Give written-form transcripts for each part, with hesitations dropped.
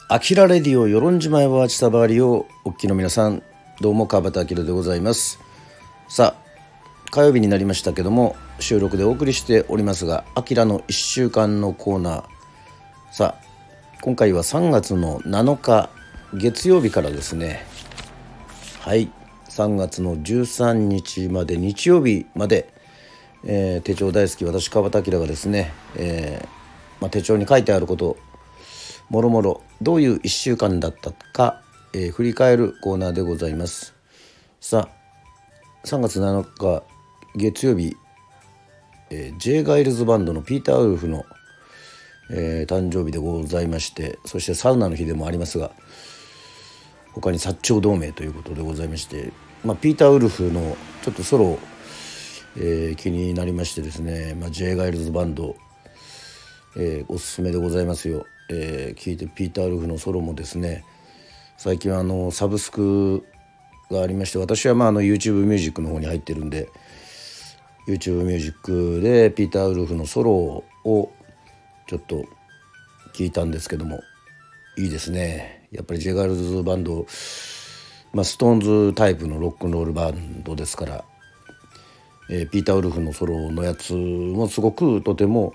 アキラレディオ与論島へはちさばりをお聞きの皆さん、どうも川端明でございます。さあ、火曜日になりましたけども、収録でお送りしておりますが、アキラの1週間のコーナー。さあ、今回は3月の7日月曜日からですね、はい、3月の13日まで日曜日まで、手帳大好き私川端明がですね、手帳に書いてあることもろもろどういう1週間だったか、振り返るコーナーでございます。さあ、3月7日月曜日、J. ガイルズバンドのピーター・ウルフの、誕生日でございまして、そしてサウナの日でもありますが、他に薩長同盟ということでございまして、ピーター・ウルフのちょっとソロ、気になりましてですね、J. ガイルズバンド、おすすめでございますよ。聞いて、ピーター・ウルフのソロもですね、最近はサブスクがありまして、私はYouTube ミュージックの方に入ってるんで、 YouTube ミュージックでピーター・ウルフのソロをちょっと聞いたんですけども、いいですね。やっぱり J. ガールズバンド、ストーンズタイプのロックンロールバンドですから、ピーター・ウルフのソロのやつもすごくとても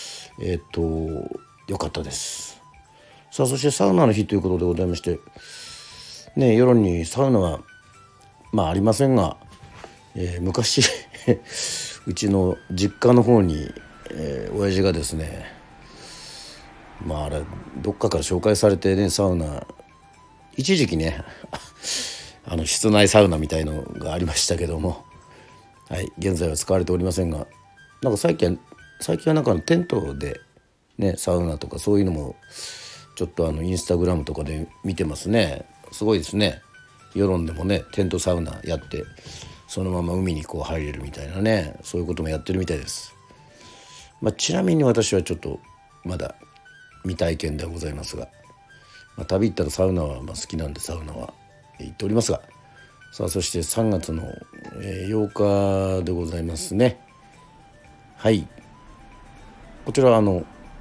良かったです。さあ、そしてサウナの日ということでございまして、世論にサウナはありませんが、昔うちの実家の方に、親父がですね、あれどっかから紹介されてね、サウナ一時期ね室内サウナみたいのがありましたけども、はい、現在は使われておりませんが、最近はテントでね、サウナとかそういうのもちょっとインスタグラムとかで見てますね。すごいですね。世論でもね、テントサウナやってそのまま海に入れるみたいなね、そういうこともやってるみたいです。ちなみに私はちょっとまだ未体験ではございますが、旅行ったらサウナは好きなんで、サウナは行っておりますが、さあ、そして3月の8日でございますね。はい、こちらは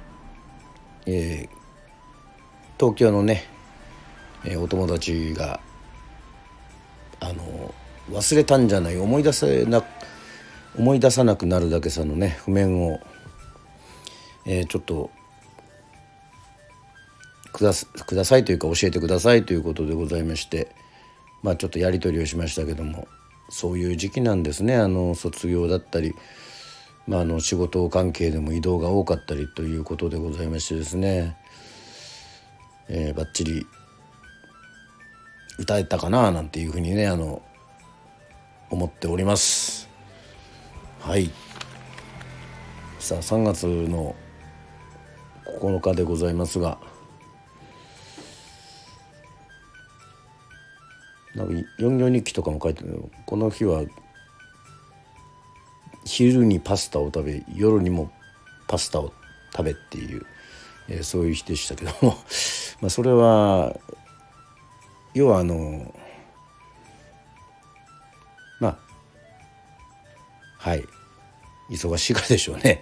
東京のね、お友達が忘れたんじゃない、思い出さなくなるだけさんのね譜面を、ちょっとくださいというか教えてくださいということでございまして、ちょっとやり取りをしましたけども、そういう時期なんですね。卒業だったり、仕事関係でも移動が多かったりということでございましてですね、バッチリ歌えたかななんていうふうにね思っております。はい、さあ3月の9日でございますが、4日記とかも書いてる。この日は昼にパスタを食べ、夜にもパスタを食べっていう、そういう日でしたけどもそれは要ははい忙しいからでしょうね。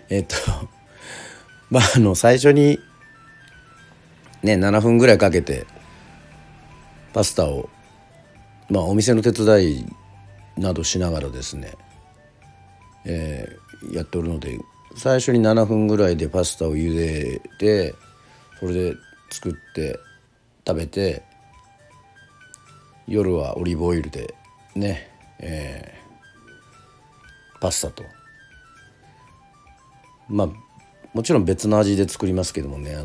最初にね7分ぐらいかけてパスタをお店の手伝いなどしながらですね、やっておるので、最初に7分ぐらいでパスタを茹でて、それで作って食べて、夜はオリーブオイルでね、パスタともちろん別の味で作りますけどもね、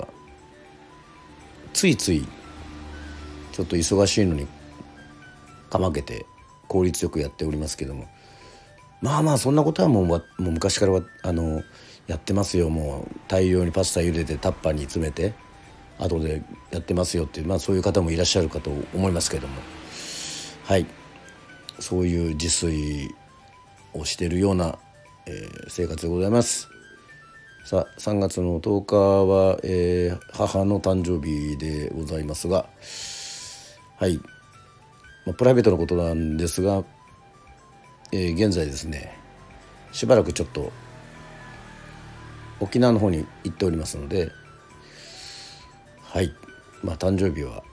ついついちょっと忙しいのにかまけて効率よくやっておりますけども、そんなことはもう昔からやってますよ。もう大量にパスタ茹でてタッパーに詰めて後でやってますよっていう、そういう方もいらっしゃるかと思いますけども、はい、そういう自炊をしているような、生活でございます。さあ3月の10日は、母の誕生日でございますが、はい、プライベートのことなんですが、現在ですね、しばらくちょっと沖縄の方に行っておりますので、はい、 誕生日は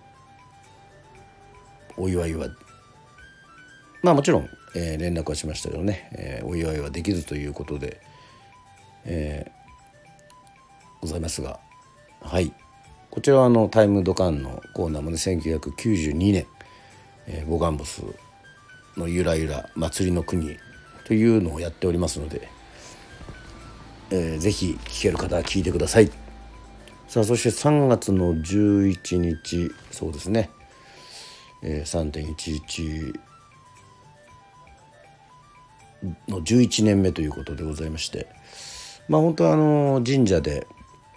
お祝いはもちろん、連絡はしましたけどね、お祝いはできずということで、ございますが、はい、こちらはタイムドカンのコーナーもね、1992年、ボガンボスのゆらゆら祭りの国というのをやっておりますので、ぜひ聞ける方は聞いてください。さあ、そして3月の11日、そうですね、3.11 の11年目ということでございまして、本当は神社で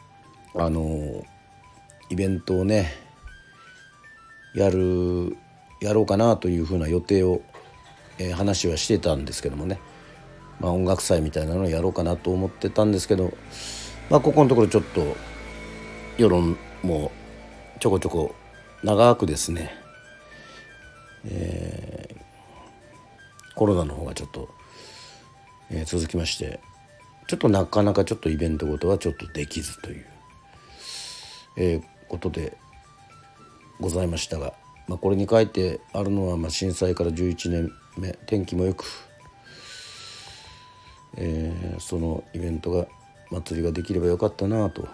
イベントをねやろうかなというふうな予定を、話はしてたんですけどもね、音楽祭みたいなのをやろうかなと思ってたんですけど、ここのところちょっと世論もちょこちょこ長くですね、コロナの方がちょっと、続きまして、ちょっとなかなかちょっとイベントごとはちょっとできずという、ことでございましたが、これに書いてあるのは、震災から11年目、天気もよく、そのイベントが祭りができればよかったなと、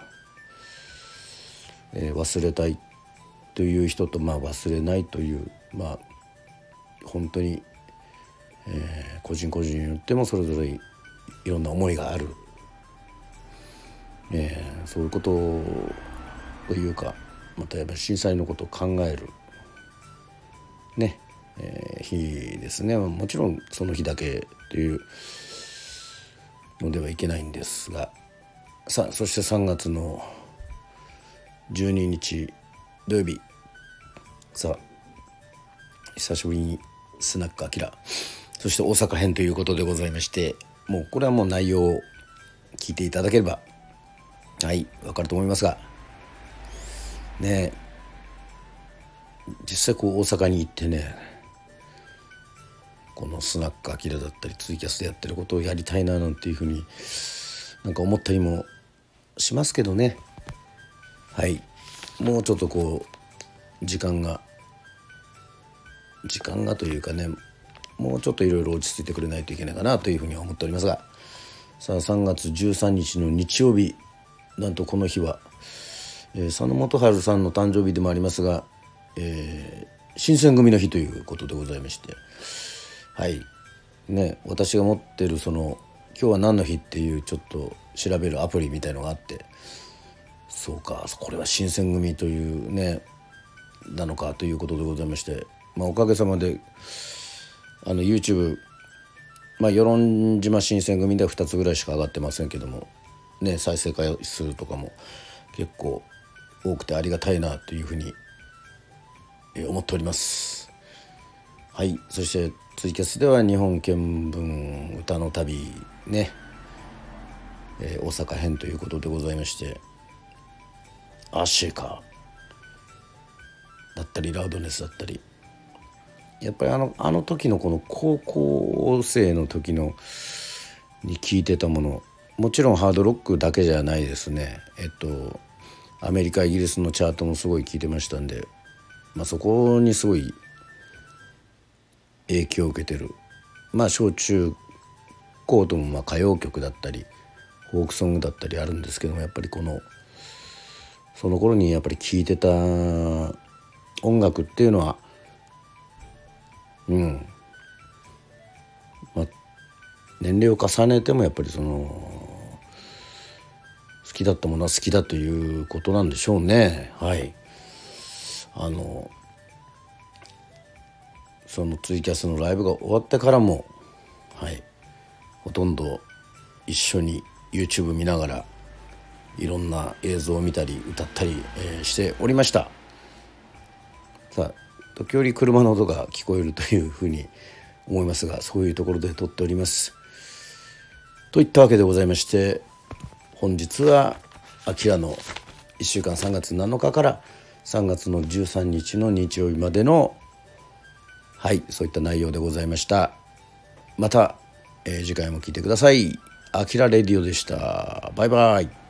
忘れたいという人と、忘れないという、本当に、個人個人によってもそれぞれいろんな思いがある、そういうことというか、またやっぱり震災のことを考えるね、日ですね。もちろんその日だけというのではいけないんですが、そして3月の12日土曜日、久しぶりにスナックアキラ、そして大阪編ということでございまして、もうこれはもう内容を聞いていただければわかると思いますがね、実際大阪に行ってね、このスナックアキラだったりツイキャスでやってることをやりたいななんていうふうに思ったりもしますけどね。もうちょっと時間がというかね、もうちょっといろいろ落ち着いてくれないといけないかなというふうに思っておりますが、3月13日の日曜日、なんとこの日は、佐野元春さんの誕生日でもありますが、新選組の日ということでございまして、私が持ってる今日は何の日っていうちょっと調べるアプリみたいのがあって、そうか、これは新選組というねなのかということでございまして、おかげさまでYouTube、与論島新選組では2つぐらいしか上がってませんけどもね、再生回数とかも結構多くてありがたいなというふうに思っております。そしてツイキャスでは日本見聞歌の旅ね、大阪編ということでございまして、アッシェカだったりラウドネスだったり、やっぱりあの時のこの高校生の時のに聞いてたもの、もちろんハードロックだけじゃないですね。アメリカイギリスのチャートもすごい聞いてましたんで、そこにすごい影響を受けてる、小中高とも歌謡曲だったりフォークソングだったりあるんですけども、やっぱりその頃にやっぱり聴いてた音楽っていうのは年齢を重ねてもやっぱり好きだったものは好きだということなんでしょうね。そのツイキャスのライブが終わってからもほとんど一緒に YouTube 見ながらいろんな映像を見たり歌ったり、しておりました。時折車の音が聞こえるというふうに思いますが、そういうところで撮っております。といったわけでございまして、本日はアキラの1週間、3月7日から3月の13日の日曜日までのそういった内容でございました。また、次回も聞いてください。アキラレディオでした。バイバイ。